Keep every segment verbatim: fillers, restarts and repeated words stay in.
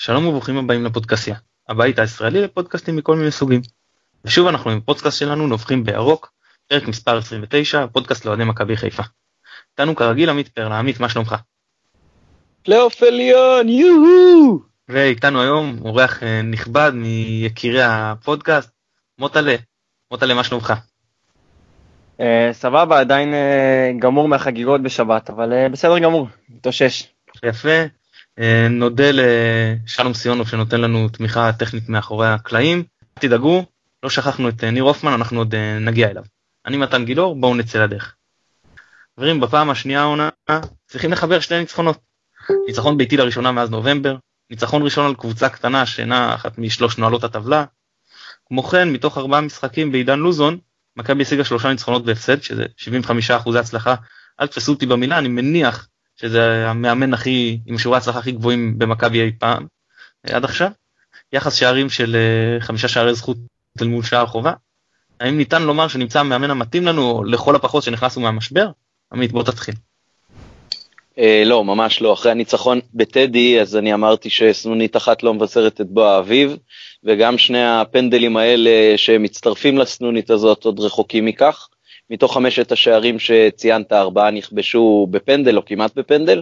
שלום וברוכים הבאים לפודקאסיה, הבית הישראלי לפודקאסטים מכל מיני סוגים. ושוב אנחנו עם הפודקאסט שלנו נובחים בירוק, פרק מספר עשרים ותשע, פודקאסט לאוהדי מכבי חיפה. איתנו כרגיל עמית פרלה. עמית, מה שלומך? פלייאוף עליון, יוהו! ואיתנו היום אורח נכבד מיקירי הפודקאסט, מוטלה. מוטלה, מה שלומך? אה, סבבה, עדיין אה, גמור מהחגיגות בשבת, אבל אה, בסדר גמור, מתאושש. יפה. נודה לשלום סיונוב שנותן לנו תמיכה טכנית מאחורי הקלעים. תדאגו, לא שכחנו את ניר הופמן, אנחנו עוד נגיע אליו. אני מתן גילור, בואו נצא לדרך. חברים, בפעם השנייה העונה צריכים לחבר שתי ניצחונות. ניצחון ביתי לראשונה מאז נובמבר, ניצחון ראשון על קבוצה קטנה שאינה אחת משלוש נועלות הטבלה. כמו כן, מתוך ארבעה משחקים בעידן לוזון, מכבי השיגה שלושה ניצחונות בהפסד, שזה שבעים וחמישה אחוז הצלחה. אל תפסו אותי במילה, אני מניח שזה המאמן הכי, עם שיעורי ההצלחה הכי גבוהים במכבי אי פעם, עד עכשיו. יחס שערים של חמישה שערי זכות אל מול שער חובה. האם ניתן לומר שנמצא המאמן המתאים לנו, לכל הפחות שנכנסנו מהמשבר? עמית, בוא תתחיל. אה, לא, ממש לא. אחרי הניצחון בטדי, אז אני אמרתי שסנונית אחת לא מבשרת את בוא האביב, וגם שני הפנדלים האלה שמצטרפים לסנונית הזאת עוד רחוקים מכך. מתוך חמשת השערים שציינת, ארבעה נכבשו בפנדל או כמעט בפנדל,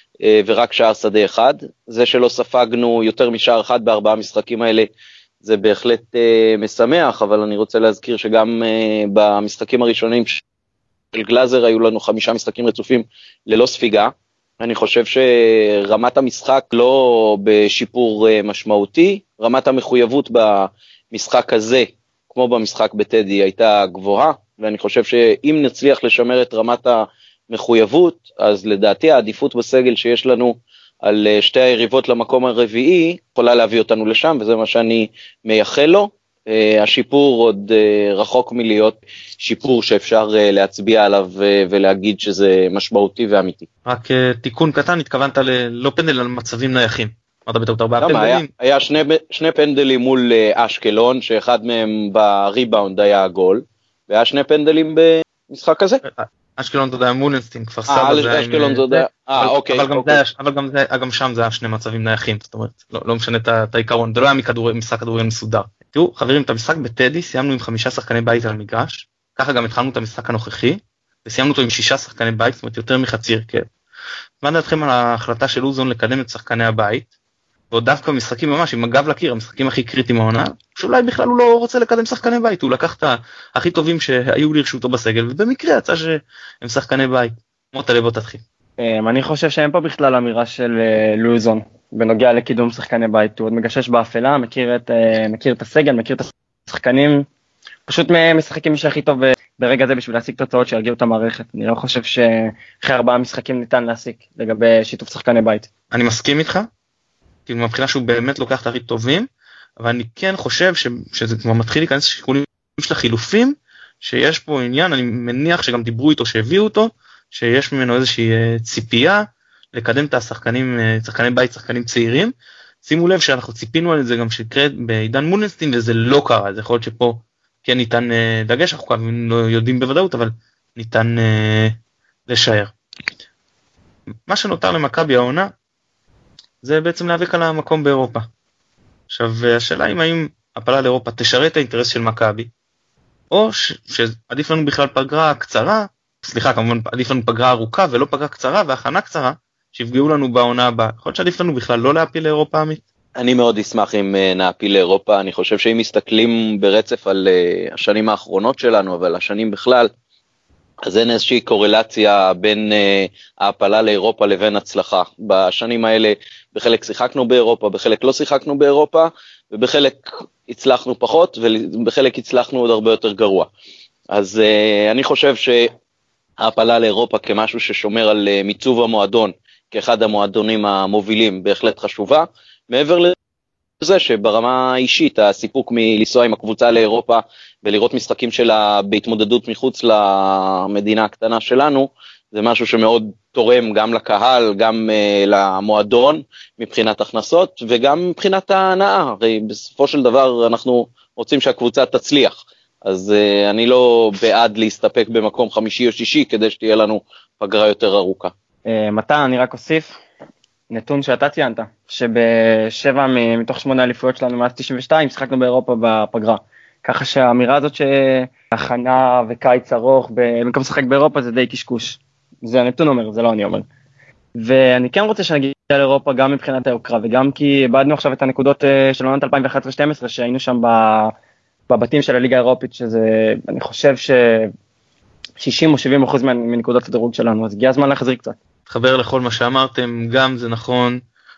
ורק שער שדה אחד. זה שלא ספגנו יותר משער אחד בארבעה משחקים האלה, זה בהחלט משמח, אבל אני רוצה להזכיר שגם במשחקים הראשונים של גלאזר היו לנו חמישה משחקים רצופים ללא ספיגה. אני חושב שרמת המשחק לא בשיפור משמעותי, רמת המחויבות במשחק הזה, כמו במשחק בטדי, הייתה גבוהה, ואני חושב שאם נצליח לשמר את רמת המחויבות, אז לדעתי העדיפות בסגל שיש לנו על שתי היריבות למקום הרביעי, יכולה להביא אותנו לשם, וזה מה שאני מייחל לו. השיפור עוד רחוק מלהיות שיפור שאפשר להצביע עליו ולהגיד שזה משמעותי ואמיתי. רק תיקון קטן, התכוונת ללא פנדל על מצבים נייחים. אמרת בטעות ארבעה פנדלים? היה, היה שני, שני פנדלים מול אשקלון, שאחד מהם בריבאונד היה גול, והיה שני פנדלים במשחק הזה. אשקלון אתה יודע, מולנסטין, כפר סבא זה... אשקלון אתה יודע, אה אוקיי. אבל גם שם זה היה שני מצבים נייחים, זאת אומרת, לא משנה את העיקרון, זה לא היה משחק כדורגל מסודר. תראו, חברים, את המשחק בטדי סיימנו עם חמישה שחקני בית על המגרש, ככה גם התחלנו את המשחק הנוכחי, וסיימנו אותו עם שישה שחקני בית, זאת אומרת יותר מחצי הרכב. מה דעתכם על ההחלטה של לוזון לקדם את שחקני הבית, ועוד דווקא משחקים ממש עם הגב לקיר, המשחקים הכי קריטיים העונה, שאולי בכלל הוא לא רוצה לקדם שחקני בית, הוא לקח את הכי טובים שהיו לרשותו בסגל, ובמקרה יצא שהם שחקני בית. מוטלה, בוא תתחיל. אני חושב שאין פה בכלל אמירה של לוזון, בנוגע לקידום שחקני בית, הוא עוד מגשש באפלה, מכיר את, מכיר את הסגל, מכיר את השחקנים, פשוט משחקים שהכי טוב ברגע זה בשביל להשיג תוצאות שירגיעו את המערכת. אני לא חושב שאחרי ארבעה משחקים ניתן להשיג לגבי שיתוף שחקני בית. אני מסכים איתך, כאילו מבחינה שהוא באמת לוקח את הכי טובים, אבל אני כן חושב ש, שזה כבר מתחיל להיכנס שיקולים של החילופים, שיש פה עניין, אני מניח שגם דיברו איתו, שהביאו אותו, שיש ממנו איזושהי ציפייה, לקדם את השחקנים, שחקני בית, שחקנים צעירים. שימו לב שאנחנו ציפינו על זה גם שיקרה בעידן מולנסטין, וזה לא קרה, אז יכול להיות שפה כן ניתן דגש, אנחנו כאן לא יודעים בוודאות, אבל ניתן לשער. מה שנותר למכבי העונה, זה בעצם להיאבק על המקום באירופה. עכשיו, השאלה היא האם הפלה לאירופה תשרת את האינטרס של מכבי, או ש- שעדיף לנו בכלל פגרה קצרה, סליחה, כמובן עדיף לנו פגרה ארוכה ולא פגרה קצרה, והכנה קצרה, שיפגעו לנו בעונה הבאה. יכול להיות שעדיף לנו בכלל לא להפיל לאירופה, עמית? אני מאוד אשמח אם נעפיל לאירופה. אני חושב שאם מסתכלים ברצף על uh, השנים האחרונות שלנו, אבל השנים בכלל, אז אין איזושהי קורלציה בין uh, ההפלה לאירופה לבין הצלחה. בשנים האלה בחלק שיחקנו באירופה, בחלק לא שיחקנו באירופה, ובחלק הצלחנו פחות, ובחלק הצלחנו עוד הרבה יותר גרוע. אז uh, אני חושב שההפלה לאירופה כמשהו ששומר על uh, מיצוב המועדון, כאחד המועדונים המובילים, בהחלט חשובה. מעבר לזה שברמה האישית, הסיפוק מלנסוע עם הקבוצה לאירופה, ולראות משחקים שלה בהתמודדות מחוץ למדינה הקטנה שלנו, זה משהו שמאוד תורם גם לקהל, גם uh, למועדון, מבחינת הכנסות, וגם מבחינת ההנאה. הרי בסופו של דבר אנחנו רוצים שהקבוצה תצליח. אז uh, אני לא בעד להסתפק במקום חמישי או שישי, כדי שתהיה לנו פגרה יותר ארוכה. מתן, אני רק אוסיף, נתון שאתה ציינת, שבשבע מתוך שמונה אליפויות שלנו מאז תשעים ושתיים, שחקנו באירופה בפגרה. ככה שהאמירה הזאת שהכנה וקיץ ארוך במקום לשחק באירופה זה די קשקוש. זה הנתון אומר, זה לא אני אומר. ואני כן רוצה שנגיע לאירופה גם מבחינת היוקרה, וגם כי איבדנו עכשיו את הנקודות של עונת אלפיים ואחת עשרה שתים עשרה, שהיינו שם בבתים של הליגה האירופית, שזה, אני חושב ש-שישים או שבעים אחוז מנקודות הדירוג שלנו, אז הגיע הזמן להחזיר קצת. תחבר לכל מה שאמרתם, גם זה נכון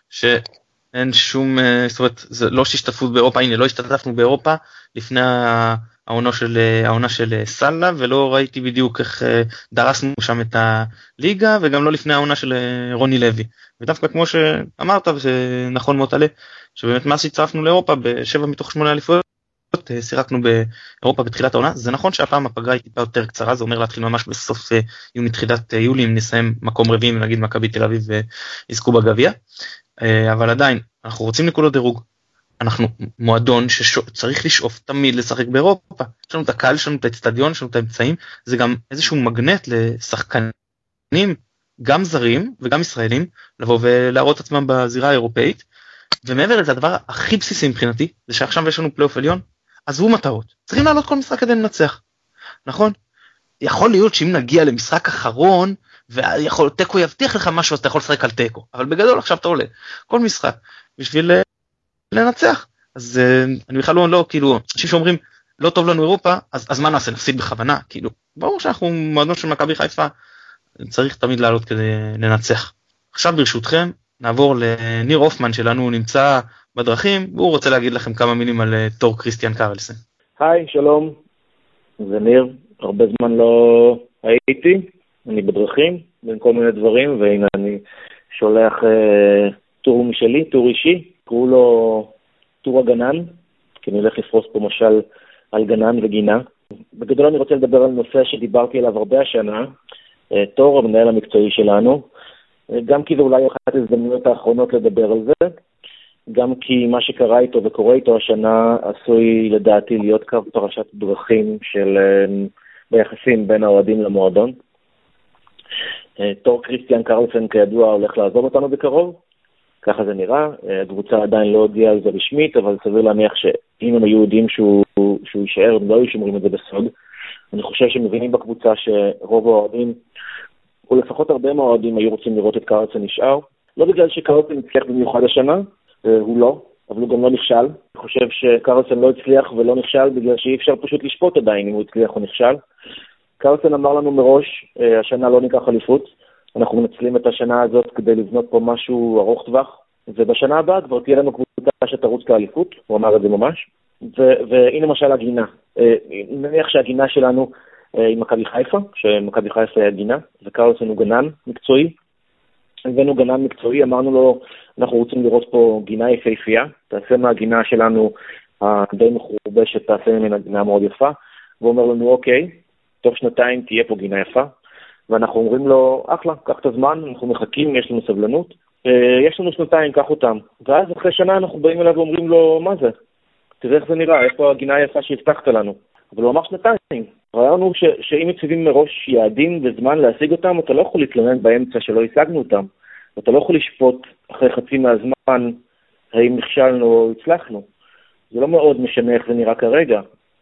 שאין שום, זאת אומרת, זה לא שהשתתפות באירופה, הנה, לא השתתפנו באירופה לפני העונה של, העונה של סאלה, ולא ראיתי בדיוק איך דרסנו שם את הליגה, וגם לא לפני העונה של רוני לוי. ודווקא כמו שאמרת, וזה נכון מאוד עלה, שבאמת מאז שהצטרפנו לאירופה, בשבע מתוך שמונה אליפויות, סירקנו באירופה בתחילת העונה. זה נכון שהפעם הפגרה היא טיפה יותר קצרה, זה אומר להתחיל ממש בסוף יוני, תחילת יולי, אם נסיים מקום רביעי, נגיד מכבי תל אביב ויזכו בגביע, אבל עדיין, אנחנו רוצים נקודות דירוג, אנחנו מועדון שצריך לשאוף תמיד לשחק באירופה, יש לנו את הקהל, יש לנו את האצטדיון, יש לנו את האמצעים, זה גם איזשהו מגנט לשחקנים, גם זרים וגם ישראלים, לבוא ולהראות עצמם בזירה האירופאית, ומעבר לזה הדבר הכי בסיסי מבחינתי, זה שעכשיו יש לנו פלייאוף עליון, עזבו מטרות, צריכים לעלות כל משחק כדי לנצח, נכון? יכול להיות שאם נגיע למשחק אחרון, וטקו יבטיח לך משהו, אז אתה יכול לשחק על טקו, אבל בגדול עכשיו אתה עולה, כל משחק, בשביל לנצח, אז אני בכלל לא, לא, כאילו, אנשים שאומרים, לא טוב לנו אירופה, אז, אז מה נעשה, נפסיד בכוונה, כאילו, ברור שאנחנו מועדון של מכבי חיפה, צריך תמיד לעלות כדי לנצח. עכשיו ברשותכם, נעבור לניר אופמן שלנו, הוא נמצא בדרכים, והוא רוצה להגיד לכם כמה מילים על תור קריסטיאן קרלסן. היי, שלום, זה ניר, הרבה זמן לא הייתי, אני בדרכים, בין כל מיני דברים, והנה אני שולח אה, טור משלי, טור אישי, קראו לו טור הגנן, כי אני הולך לפרוס פה משל על גנן וגינה. בגדול אני רוצה לדבר על נושא שדיברתי עליו הרבה השנה, אה, תור המנהל המקצועי שלנו, גם כי זה אולי אחת ההזדמנויות האחרונות לדבר על זה, גם כי מה שקרה איתו וקורה איתו השנה עשוי לדעתי להיות קו פרשת דרכים של ביחסים בין האוהדים למועדון. תור קריסטיאן קרלסן כידוע הולך לעזוב אותנו בקרוב, ככה זה נראה, הקבוצה עדיין לא הודיעה על זה רשמית, אבל סביר להניח שאם הם היו יודעים שהוא, שהוא יישאר, הם לא היו שומרים את זה בסוד. אני חושב שמבינים בקבוצה שרוב האוהדים, או לפחות הרבה מהאוהדים היו רוצים לראות את קרלסן נשאר, לא בגלל שקרלסן הצליח במיוחד השנה, הוא לא, אבל הוא גם לא נכשל. אני חושב שקרלסן לא הצליח ולא נכשל בגלל שאי אפשר פשוט לשפוט עדיין אם הוא הצליח או נכשל. קרלסן אמר לנו מראש, השנה לא ניקח אליפות, אנחנו מנצלים את השנה הזאת כדי לבנות פה משהו ארוך טווח, ובשנה הבאה כבר תהיה לנו קבוצה שתרוץ לאליפות, הוא אמר את זה ממש, ו- והנה למשל הגינה. נניח שהגינה שלנו היא מכבי חיפה, שמכבי חיפה היא הגינה, וקרלסן הוא גנן מקצועי, הבאנו גנן מקצועי, אמרנו לו, אנחנו רוצים לראות פה גינה יפהפייה, תעשה מהגינה שלנו הדי מחורבשת, תעשה ממנה גינה מאוד יפה, והוא אומר לנו, אוקיי, תוך שנתיים תהיה פה גינה יפה, ואנחנו אומרים לו, אחלה, קח את הזמן, אנחנו מחכים, יש לנו סבלנות, יש לנו שנתיים, קח אותם, ואז אחרי שנה אנחנו באים אליו ואומרים לו, מה זה? תראה איך זה נראה, איפה הגינה היפה שהבטחת לנו? אבל הוא אמר שנתיים. הרעיון הוא ש- שאם מציבים מראש יעדים וזמן להשיג אותם, אתה לא יכול להתלונן באמצע שלא השגנו אותם. אתה לא יכול לשפוט אחרי חצי מהזמן האם נכשלנו או הצלחנו. זה לא מאוד משנה איך זה נראה כרגע,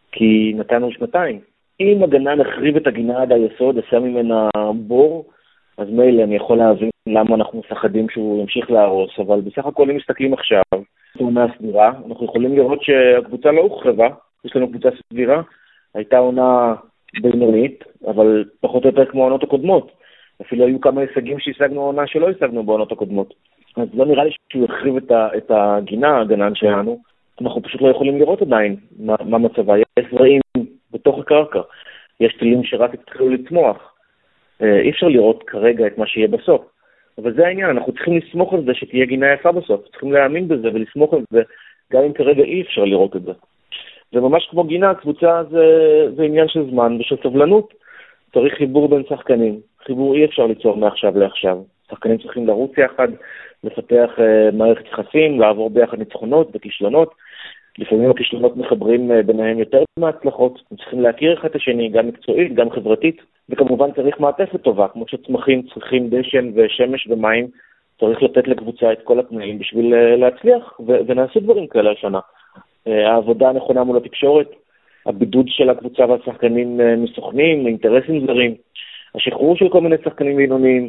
כי נתנו שנתיים. אם הגנן החריב את הגינה עד היסוד, עשה ממנה בור, אז מילא אני יכול להבין למה אנחנו מפחדים שהוא ימשיך להרוס, אבל בסך הכל אם מסתכלים עכשיו, עונה סבירה, אנחנו יכולים לראות שהקבוצה לא הוחרבה, יש לנו קבוצה סבירה, הייתה עונה בינונית, אבל פחות או יותר כמו העונות הקודמות. אפילו היו כמה הישגים שהשגנו עונה שלא השגנו בעונות הקודמות. אז לא נראה לי שהוא החריב את, ה, את הגינה, הגנן שלנו. אנחנו פשוט לא יכולים לראות עדיין מה, מה מצבה. יש זרעים בתוך הקרקע, יש טילים שרק התחילו לצמוח. אי אפשר לראות כרגע את מה שיהיה בסוף. אבל זה העניין, אנחנו צריכים לסמוך על זה שתהיה גינה יפה בסוף. צריכים להאמין בזה ולסמוך על זה, גם אם כרגע אי אפשר לראות את זה. זה ממש כמו גינה, קבוצה זה, זה עניין של זמן ושל סבלנות. צריך חיבור בין שחקנים. חיבור אי אפשר ליצור מעכשיו לעכשיו. שחקנים צריכים לרוץ יחד, לפתח uh, מערכת יחסים, לעבור ביחד ניצחונות וכישלונות. לפעמים הכישלונות מחברים uh, ביניהם יותר מהצלחות. הם צריכים להכיר אחד את השני, גם מקצועית, גם חברתית. וכמובן צריך מעטפת טובה, כמו שצמחים צריכים דשן ושמש ומים. צריך לתת לקבוצה את כל התנאים בשביל להצליח, ו- ונעשו דברים כאלה השנה. העבודה הנכונה מול התקשורת, הבידוד של הקבוצה והשחקנים מסוכנים, אינטרסים זרים, השחרור של כל מיני שחקנים בינוניים.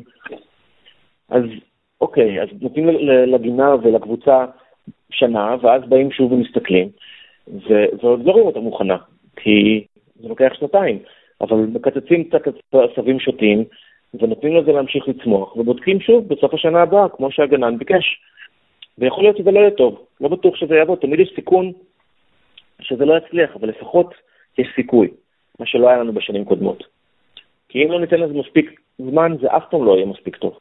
אז אוקיי, אז נותנים לגינה ולקבוצה שנה, ואז באים שוב ומסתכלים, ו- ועוד לא רואים אותה מוכנה, כי זה לוקח שנתיים, אבל מקצצים קצת עשבים שוטים, ונותנים לזה להמשיך לצמוח, ובודקים שוב בסוף השנה הבאה, כמו שהגנן ביקש. ויכול להיות שזה לא יהיה טוב, לא בטוח שזה יעבוד, תמיד יש סיכון שזה לא יצליח, אבל לפחות יש סיכוי, מה שלא היה לנו בשנים קודמות. כי אם לא ניתן לזה מספיק זמן, זה אף פעם לא יהיה מספיק טוב.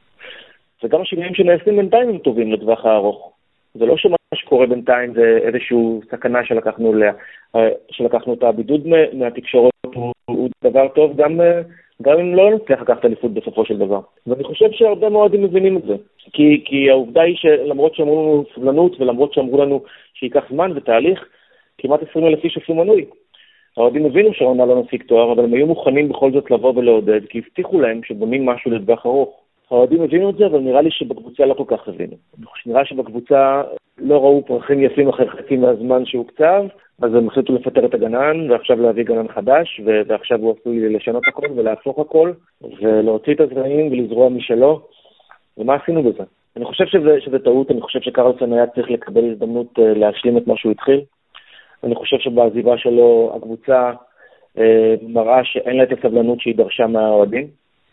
וגם השינויים שנעשים בינתיים הם טובים לטווח הארוך. זה לא שמה שקורה בינתיים זה איזשהו סכנה שלקחנו, לה, שלקחנו את הבידוד מהתקשורת, הוא, הוא דבר טוב גם, גם אם לא נצליח לקחת אליפות בסופו של דבר. ואני חושב שהרבה מאוד הם מבינים את זה. כי, כי העובדה היא שלמרות שאמרו לנו סבלנות ולמרות שאמרו לנו שייקח זמן ותהליך, כמעט עשרים אלף איש עשו מנוי. האוהדים הבינו שהעונה לא נשיג תואר, אבל הם היו מוכנים בכל זאת לבוא ולעודד, כי הבטיחו להם שבונים משהו לטווח ארוך. האוהדים הבינו את זה, אבל נראה לי שבקבוצה לא כל כך הבינו. נראה שבקבוצה לא ראו פרחים יפים אחרי חצי מהזמן שהוקצב, אז הם החליטו לפטר את הגנן, ועכשיו להביא גנן חדש, ועכשיו הוא עשוי לשנות הכל ולהפוך הכל, ולהוציא את הזרעים ולזרוע משלו. ומה עשינו בזה? אני חושב שזה, שזה טעות, אני חושב שקרלסון היה צריך לקבל הזדמנות להשלים את מה שהוא התחיל. אני חושב שבעזיבה שלו הקבוצה אה, מראה שאין לה את הסבלנות שהיא דרשה מהאוהדים.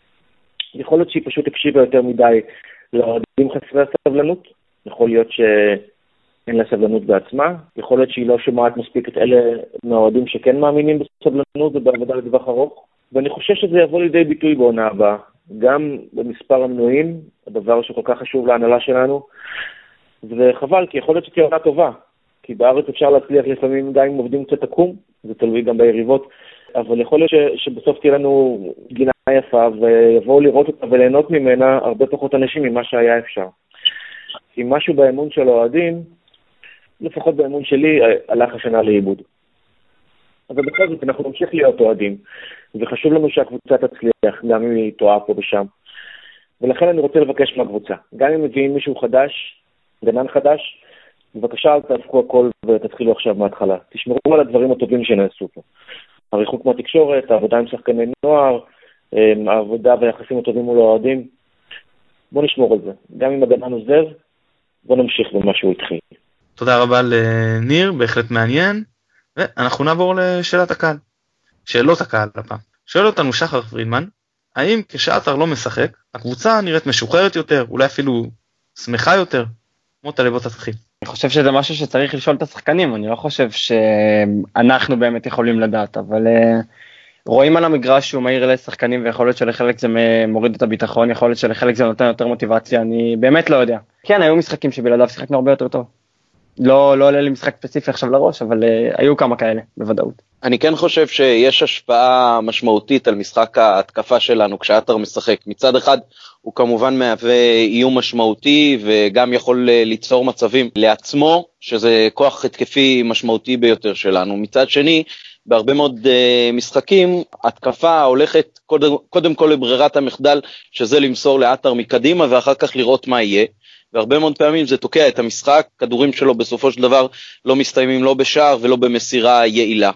יכול להיות שהיא פשוט הקשיבה יותר מדי לאוהדים חסרי הסבלנות. יכול להיות שאין לה סבלנות בעצמה. יכול להיות שהיא לא שומעת מספיק את אלה מהאוהדים שכן מאמינים בסבלנות ובעבודה לטווח ארוך. ואני חושב שזה יבוא לידי ביטוי בעונה הבאה. גם במספר המנויים, הדבר שכל כך חשוב להנהלה שלנו. וחבל, כי יכול להיות שתהיה עונה טובה. כי בארץ אפשר להצליח לפעמים גם אם עובדים קצת עקום, זה תלוי גם ביריבות, אבל יכול להיות ש, שבסוף תהיה לנו גינה יפה, ויבואו לראות אותה וליהנות ממנה הרבה פחות אנשים ממה שהיה אפשר. כי משהו באמון של האוהדים, לפחות באמון שלי, הלך השנה לאיבוד. אבל בכל זאת אנחנו נמשיך להיות אוהדים, וחשוב לנו שהקבוצה תצליח, גם אם היא טועה פה ושם. ולכן אני רוצה לבקש מהקבוצה, גם אם מביאים מישהו חדש, גנן חדש, בבקשה אל תהפכו הכל ותתחילו עכשיו מההתחלה. תשמרו על הדברים הטובים שנעשו פה. הריחוק מהתקשורת, העבודה עם שחקני נוער, העבודה והיחסים הטובים מול האוהדים. בוא נשמור על זה. גם אם הגנן עוזב, בוא נמשיך במה שהוא התחיל. תודה רבה לניר, בהחלט מעניין. ואנחנו נעבור לשאלת הקהל. שאלות הקהל הפעם. שואל אותנו שחר פרידמן, האם כשעטר לא משחק, הקבוצה נראית משוחררת יותר, אולי אפילו שמחה יותר? מוטה לבוא תתחיל. אני חושב שזה משהו שצריך לשאול את השחקנים, אני לא חושב שאנחנו באמת יכולים לדעת, אבל רואים על המגרש שהוא מהיר לשחקנים, ויכול להיות שלחלק זה מוריד את הביטחון, יכול להיות שלחלק זה נותן יותר מוטיבציה, אני באמת לא יודע. כן, היו משחקים שבלעדיו שיחקנו הרבה יותר טוב. לא, לא עולה לי משחק ספציפי עכשיו לראש, אבל היו כמה כאלה, בוודאות. אני כן חושב שיש השפעה משמעותית על משחק ההתקפה שלנו כשעטר משחק. מצד אחד הוא כמובן מהווה איום משמעותי וגם יכול ליצור מצבים לעצמו, שזה כוח התקפי משמעותי ביותר שלנו. מצד שני, בהרבה מאוד uh, משחקים, התקפה הולכת קודם, קודם כל לברירת המחדל, שזה למסור לעטר מקדימה ואחר כך לראות מה יהיה. והרבה מאוד פעמים זה תוקע את המשחק, כדורים שלו בסופו של דבר לא מסתיימים לא בשער ולא במסירה יעילה.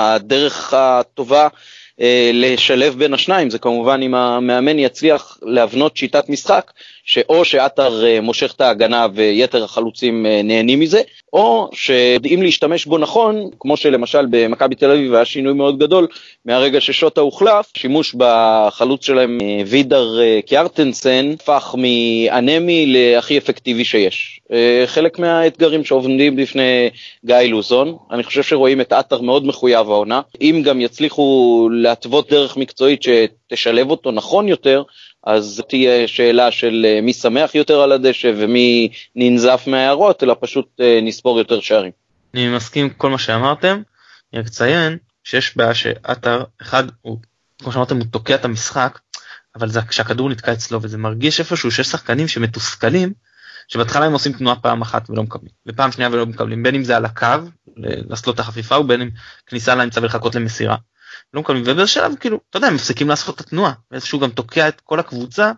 הדרך הטובה אה, לשלב בין השניים זה כמובן אם המאמן יצליח להבנות שיטת משחק, שאו שעטר אה, מושך את ההגנה ויתר החלוצים אה, נהנים מזה, או שיודעים להשתמש בו נכון, כמו שלמשל במכבי תל אביב היה שינוי מאוד גדול, מהרגע ששוטה הוחלף, שימוש בחלוץ שלהם אה, וידר אה, קיארטנסן, הפך מאנמי להכי אפקטיבי שיש. אה, חלק מהאתגרים שעובדים בפני גיא לוזון, אני חושב שרואים את עטר מאוד מחויב העונה, אם גם יצליחו להתוות דרך מקצועית שתשלב אותו נכון יותר, אז תהיה שאלה של מי שמח יותר על הדשא ומי ננזף מהערות, אלא פשוט נספור יותר שערים. אני מסכים עם כל מה שאמרתם, אני רק ציין שיש בעיה שעטר אחד, הוא, כמו שאמרתם, הוא תוקע את המשחק, אבל זה כשהכדור נתקע אצלו, וזה מרגיש איפשהו שיש שחקנים שמתוסכלים, שבהתחלה הם עושים תנועה פעם אחת ולא מקבלים, ופעם שנייה ולא מקבלים, בין אם זה על הקו, לסלוט החפיפה, ובין אם כניסה לאמצע ולחכות למסירה. לא מקבלים, ובשלב כאילו, אתה יודע, הם מפסיקים לעשות את התנועה, ואיזשהו גם תוקע את כל הקבוצה,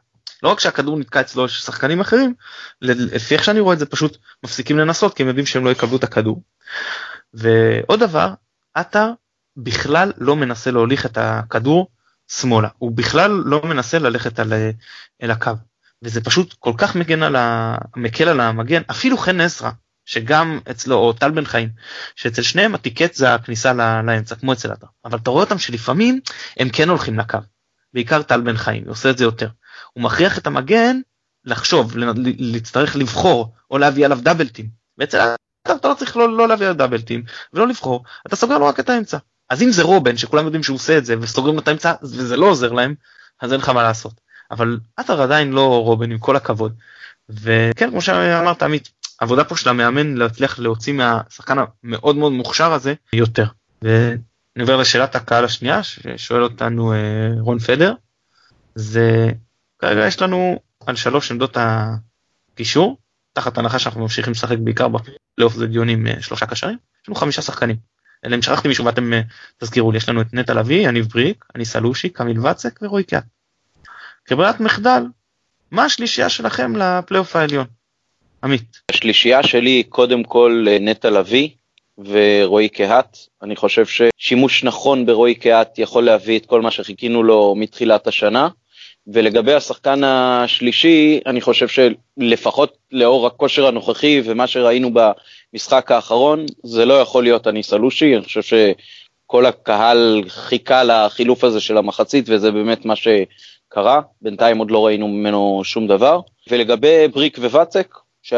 לא רק שהכדור נתקע אצלו, יש שחקנים אחרים, לפי איך שאני רואה את זה, פשוט מפסיקים לנסות, כי הם יודעים שהם לא יקבלו את הכדור. ועוד דבר, עטר בכלל לא מנסה להוליך את הכדור שמאלה, הוא בכלל לא מנסה ללכת על, אל הקו, וזה פשוט כל כך מגן על ה... מקל על המגן, אפילו חן עזרא, שגם אצלו, או טל בן חיים, שאצל שניהם הטיקט זה הכניסה לאמצע, כמו אצל עטר, אבל אתה רואה אותם שלפעמים הם כן הולכים לקו, בעיקר טל בן חיים, הוא עושה את זה יותר, הוא מכריח את המגן לחשוב, להצטרך לבחור, או להביא עליו דאבלטים, ואצל עטר אתה לא צריך לא, לא להביא עליו דאבלטים, ולא לבחור, אתה סוגר לו רק את האמצע, אז אם זה רובן, שכולם יודעים שהוא עושה את זה, וסוגרים לו את האמצע, וזה לא עוזר להם, אז אין לך מה לעשות, אבל עטר עדיין לא רובן, עם כל הכבוד, וכן, כמו שאמרת עמית, עבודה פה של המאמן להצליח להוציא מהשחקן המאוד מאוד מוכשר הזה יותר. ואני עובר לשאלת הקהל השנייה, ששואל אותנו רון פדר, זה כרגע יש לנו על שלוש עמדות הקישור, תחת הנחה שאנחנו ממשיכים לשחק בעיקר בפלייאוף זה דיון עם שלושה קשרים, יש לנו חמישה שחקנים, אלה אם שכחתי מישהו ואתם תזכירו לי, יש לנו את נטע לביא, יניב בריק, אני סלושי, קמיל וצק ורועי קיאט. כברירת מחדל, מה השלישייה שלכם לפלייאוף העליון? עמית. השלישייה שלי קודם כל נטע לביא ורועי קיאט. אני חושב ששימוש נכון ברועי קיאט יכול להביא את כל מה שחיכינו לו מתחילת השנה, ולגבי השחקן השלישי אני חושב שלפחות לאור הכושר הנוכחי ומה שראינו במשחק האחרון זה לא יכול להיות אני סלושי. אני חושב שכל הקהל חיכה לחילוף הזה של המחצית וזה באמת מה שקרה, בינתיים עוד לא ראינו ממנו שום דבר. ולגבי בריק ווצק,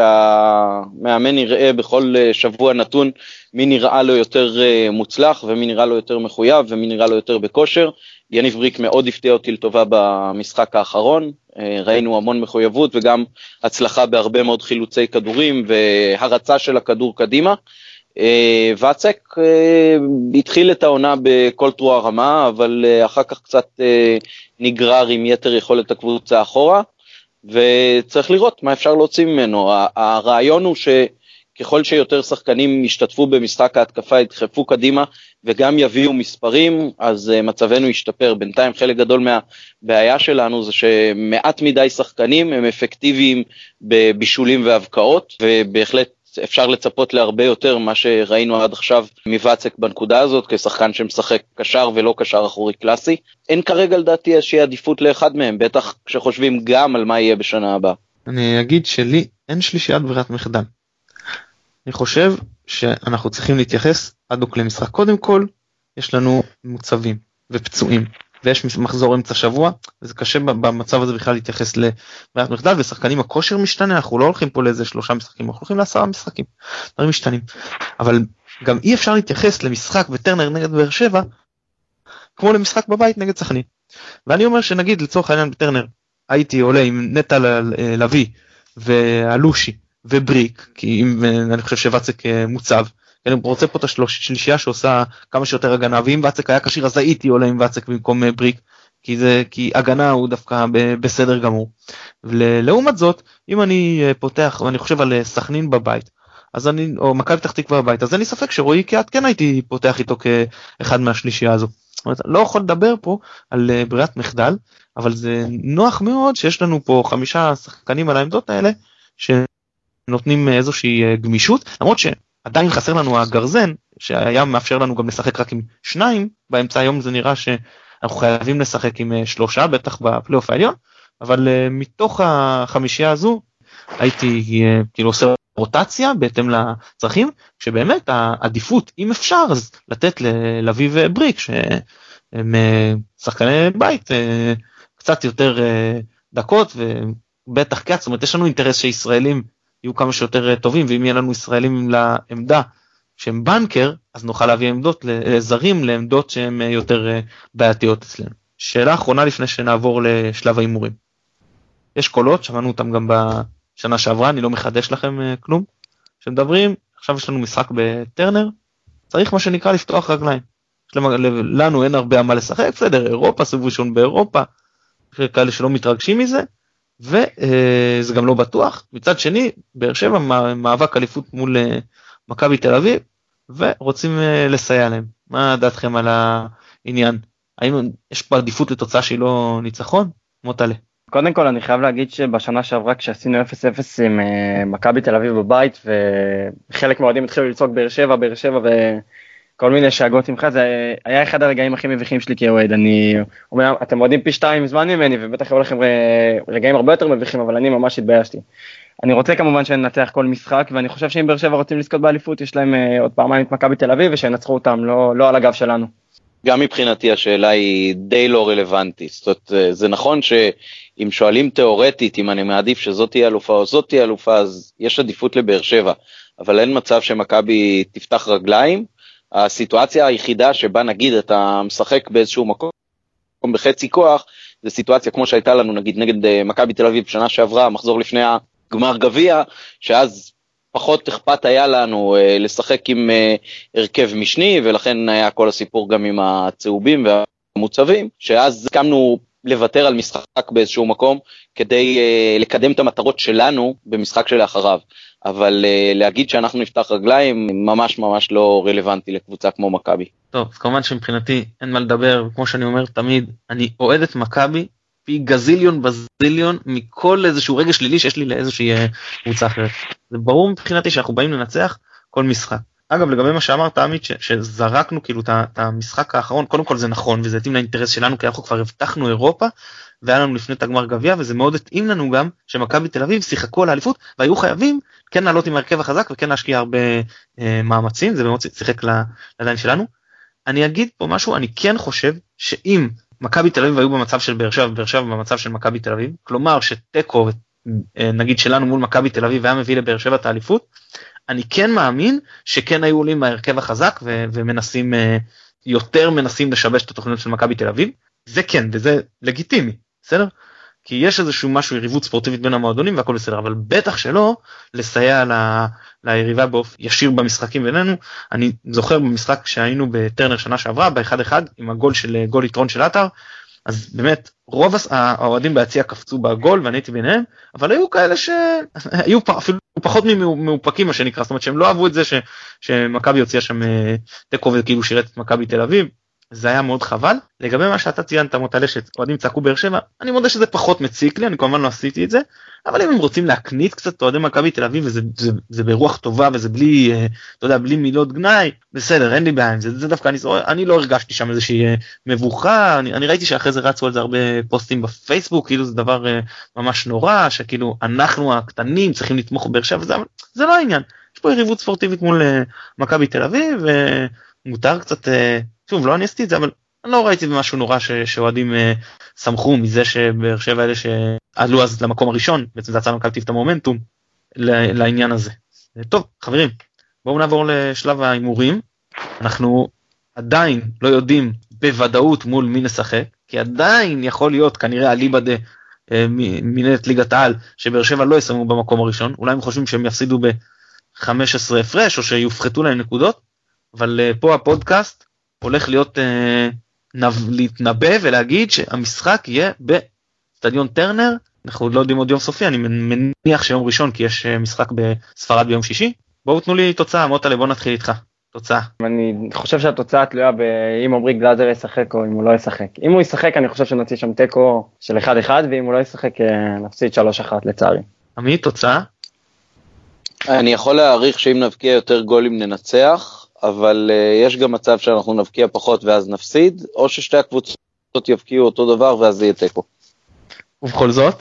שהמאמן יראה בכל שבוע נתון מי נראה לו יותר מוצלח ומי נראה לו יותר מחויב ומי נראה לו יותר בכושר. יניב בריק מאוד הפתיע אותי לטובה במשחק האחרון, ראינו המון מחויבות וגם הצלחה בהרבה מאוד חילוצי כדורים והרצה של הכדור קדימה. וצק התחיל את העונה בכל תרועה רמה, אבל אחר כך קצת נגרר עם יתר יכולת הקבוצה אחורה, וצריך לראות מה אפשר להוציא ממנו. הרעיון הוא שככל שיותר שחקנים ישתתפו במשחק ההתקפה, ידחפו קדימה וגם יביאו מספרים, אז מצבנו ישתפר. בינתיים חלק גדול מהבעיה שלנו זה שמעט מדי שחקנים הם אפקטיביים בבישולים והבקעות, ובהחלט אפשר לצפות להרבה יותר מה שראינו עד עכשיו מבצק בנקודה הזאת, כשחקן שמשחק קשר ולא קשר אחורי קלאסי. אין כרגע לדעתי איזושהי עדיפות לאחד מהם, בטח כשחושבים גם על מה יהיה בשנה הבאה. אני אגיד שלי אין שלישיית ברירת מחדל. אני חושב שאנחנו צריכים להתייחס אדוק למשחק. קודם כל, יש לנו מוצבים ופצועים, ויש מחזור אמצע שבוע, וזה קשה במצב הזה בכלל להתייחס לברירת מחדל, ושחקנים הכושר משתנה, אנחנו לא הולכים פה לאיזה שלושה משחקים, אנחנו הולכים לעשרה משחקים, דברים משתנים. אבל גם אי אפשר להתייחס למשחק וטרנר נגד באר שבע, כמו למשחק בבית נגד סכנין. ואני אומר שנגיד לצורך העניין בטרנר, הייתי עולה עם נטע לביא, ואלושי, ובריק, כי אם אני חושב שווצק מוצב, אני רוצה פה את השלישייה שעושה כמה שיותר הגנה, ואם וצק היה קשיר אז הייתי עולה עם וצק במקום בריק, כי, זה, כי הגנה הוא דווקא בסדר גמור. ולעומת זאת, אם אני פותח, ואני חושב על סכנין בבית, אז אני, או מכבי פתח תקווה בבית, אז אני ספק שרועי קיאט כן הייתי פותח איתו כאחד מהשלישייה הזו. זאת אומרת, לא יכול לדבר פה על ברירת מחדל, אבל זה נוח מאוד שיש לנו פה חמישה שחקנים על העמדות האלה, שנותנים איזושהי גמישות, למרות ש... עדיין חסר לנו הגרזן, שהיה מאפשר לנו גם לשחק רק עם שניים, באמצע היום זה נראה שאנחנו חייבים לשחק עם שלושה, בטח בפלייאוף העליון, אבל מתוך החמישייה הזו, הייתי כאילו עושה רוטציה בהתאם לצרכים, שבאמת העדיפות, אם אפשר, אז לתת ללביא ובריק, שהם שחקני בית, קצת יותר דקות, ובטח קץ, זאת אומרת, יש לנו אינטרס שישראלים, יהיו כמה שיותר טובים, ואם יהיה לנו ישראלים לעמדה שהם בנקר, אז נוכל להביא עמדות לזרים לעמדות שהן יותר בעייתיות אצלנו. שאלה אחרונה לפני שנעבור לשלב האימורים. יש קולות, שמענו אותם גם בשנה שעברה, אני לא מחדש לכם כלום, שמדברים, עכשיו יש לנו משחק בטרנר, צריך מה שנקרא לפתוח רגליים. לנו אין הרבה מה לשחק, בסדר, אירופה, סיבוב ראשון באירופה, כאלה שלא מתרגשים מזה, וזה גם לא בטוח. מצד שני, באר שבע מאבק אליפות מול מכבי תל אביב, ורוצים לסייע להם. מה דעתכם על העניין? האם יש פה עדיפות לתוצאה שהיא לא ניצחון? מוטלה. קודם כל אני חייב להגיד שבשנה שעברה כשעשינו אפס אפס עם מכבי תל אביב בבית, וחלק מהאוהדים התחילו לצעוק באר שבע, באר שבע וכל מיני שאגות ממך, זה היה אחד הרגעים הכי מביכים שלי כאוהד. אני אומר, אתם אוהדים פי שתיים זמן ממני, ובטח היו לכם רגעים הרבה יותר מביכים, אבל אני ממש התביישתי. אני רוצה כמובן שננצח כל משחק, ואני חושב שאם באר שבע רוצים לזכות באליפות, יש להם עוד פעמיים את מכבי תל אביב, ושינצחו אותם, לא, לא על הגב שלנו. גם מבחינתי השאלה היא די לא רלוונטית. זאת אומרת, זה נכון שאם שואלים תיאורטית, אם אני מעדיף שזאת תהיה אלופה או זאת תהיה אלופה, אז יש עדיפות לבאר שבע, אבל אין מצב שמכבי תפתח רגליים. הסיטואציה היחידה שבה נגיד אתה משחק באיזשהו מקום בחצי כוח, זה סיטואציה כמו שהייתה לנו נגיד נגד מכבי תל אביב בשנה שעברה, מחזור לפני הגמר גביע, שאז פחות אכפת היה לנו אה, לשחק עם אה, הרכב משני, ולכן היה כל הסיפור גם עם הצהובים והמוצבים, שאז קמנו לוותר על משחק באיזשהו מקום, כדי אה, לקדם את המטרות שלנו במשחק שלאחריו. אבל אה, להגיד שאנחנו נפתח רגליים, ממש ממש לא רלוונטי לקבוצה כמו מכבי. טוב, אז כמובן שמבחינתי אין מה לדבר, כמו שאני אומר תמיד, אני אוהד את מכבי, פי גזיליון בזיליון מכל איזשהו רגע שלילי שיש לי לאיזושהי קבוצה אחרת. זה ברור מבחינתי שאנחנו באים לנצח כל משחק. אגב, לגבי מה שאמרת עמית, ש- שזרקנו כאילו את המשחק האחרון, קודם כל זה נכון, וזה התאים לאינטרס שלנו, כי אנחנו כבר הבטחנו אירופה, והיה לנו לפני את הגמר גביע, וזה מאוד התאים לנו גם, שמכבי תל אביב שיחקו על האליפות, והיו חייבים כן לעלות עם הרכב החזק, וכן להשקיע הרבה אה, מאמצים, זה מאוד שיחק לידיים שלנו. אני אגיד פה משהו, אני כן חושב שאם מכבי תל אביב היו במצב של באר שבע, באר שבע במצב של מכבי תל אביב, כלומר שטקו, נגיד שלנו מול מכבי תל אביב, היה מביא לבאר שבע את האליפות, אני כן מאמין שכן היו עולים מהרכב החזק, ו- ומנסים, יותר מנסים לשבש את התוכניות של מכבי תל אביב, זה כן, וזה לגיטימי, בסדר? כי יש איזשהו משהו, יריבות ספורטיבית בין המועדונים והכל בסדר, אבל בטח שלא לסייע ל- ליריבה באופן ישיר במשחקים בינינו. אני זוכר במשחק שהיינו בטרנר שנה שעברה, ב-אחד אחד, עם הגול של גול יתרון של אתר, אז באמת רוב האוהדים ביציע קפצו בגול ואני הייתי ביניהם, אבל היו כאלה שהיו אפילו פחות מאופקים מה שנקרא, זאת אומרת שהם לא אהבו את זה ש- שמכבי יוציאה שם תיקו וכאילו שירת את מכבי תל אביב, זה היה מאוד חבל. לגבי מה שאתה ציינת מוטלה שאוהדים צעקו באר שבע, אני מודה שזה פחות מציק לי, אני כמובן לא עשיתי את זה, אבל אם הם רוצים להקנית קצת אוהדי מכבי תל אביב, וזה זה, זה ברוח טובה וזה בלי, אתה יודע, בלי מילות גנאי, בסדר, אין לי בעיה עם זה, זה דווקא אני, אני לא הרגשתי שם איזושהי מבוכה, אני, אני ראיתי שאחרי זה רצו על זה הרבה פוסטים בפייסבוק, כאילו זה דבר ממש נורא, שכאילו אנחנו הקטנים צריכים לתמוך באר שבע, זה, זה לא העניין, יש פה יריבות ספורטיבית מול מכבי תל אביב, ומותר קצת, שוב, לא אני עשיתי את זה, אבל אני לא ראיתי במשהו נורא שאוהדים שמחו מזה שבאר שבע האלה שעלו אז למקום הראשון, בעצם זה הצעה מכבי את המומנטום לעניין הזה. טוב, חברים, בואו נעבור לשלב האימורים. אנחנו עדיין לא יודעים בוודאות מול מי נשחק, כי עדיין יכול להיות כנראה אליבא דה מנהלת ליגת העל, שבאר שבע לא יסיימו במקום הראשון, אולי הם חושבים שהם יפסידו ב-חמש עשרה הפרש, או שיופחתו להם נקודות, אבל פה הפודקאסט הולך להיות אה, נב, להתנבא ולהגיד שהמשחק יהיה בסטדיון טרנר, אנחנו לא יודעים עוד יום סופי, אני מניח שיום ראשון כי יש משחק בספרד ביום שישי. בואו תנו לי תוצאה, מוטלה, בוא נתחיל איתך, תוצאה. אני חושב שהתוצאה תלויה באם עמרי גלאזר ישחק או אם הוא לא ישחק. אם הוא ישחק אני חושב שנוציא שם טקו של אחד אחד, ואם הוא לא ישחק נפסיד שלוש אחת לצערי. עמי, תוצאה? אני יכול להעריך שאם נבקיע יותר גולים ננצח, אבל uh, יש גם מצב שאנחנו נבקיע פחות ואז נפסיד, או ששתי הקבוצות יבקיעו אותו דבר ואז זה יהיה טקו. ובכל זאת?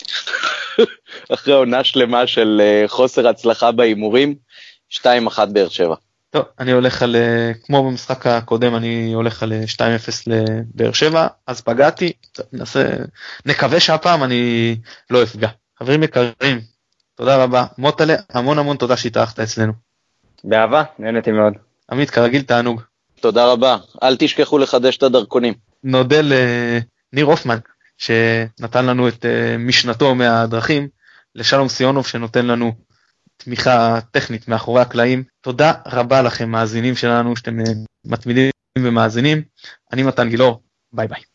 אחרי עונה שלמה של uh, חוסר הצלחה באימורים, שתיים אחת באר שבע. טוב, אני הולך על, כמו במשחק הקודם, אני הולך על שתיים אפס לבאר שבע, אז פגעתי, נעשה, נקווה שהפעם אני לא אפגע. חברים יקרים, תודה רבה. מוטלה, המון המון תודה שהתארחת אצלנו. באהבה, נהנתי מאוד. עמית, כרגיל תענוג. תודה רבה, אל תשכחו לחדש את הדרכונים. נודה לניר הופמן, שנתן לנו את משנתו מהדרכים, לשלום סיונוב שנותן לנו תמיכה טכנית מאחורי הקלעים. תודה רבה לכם מאזינים שלנו, שאתם מתמידים ומאזינים. אני מתן גילאור, ביי ביי.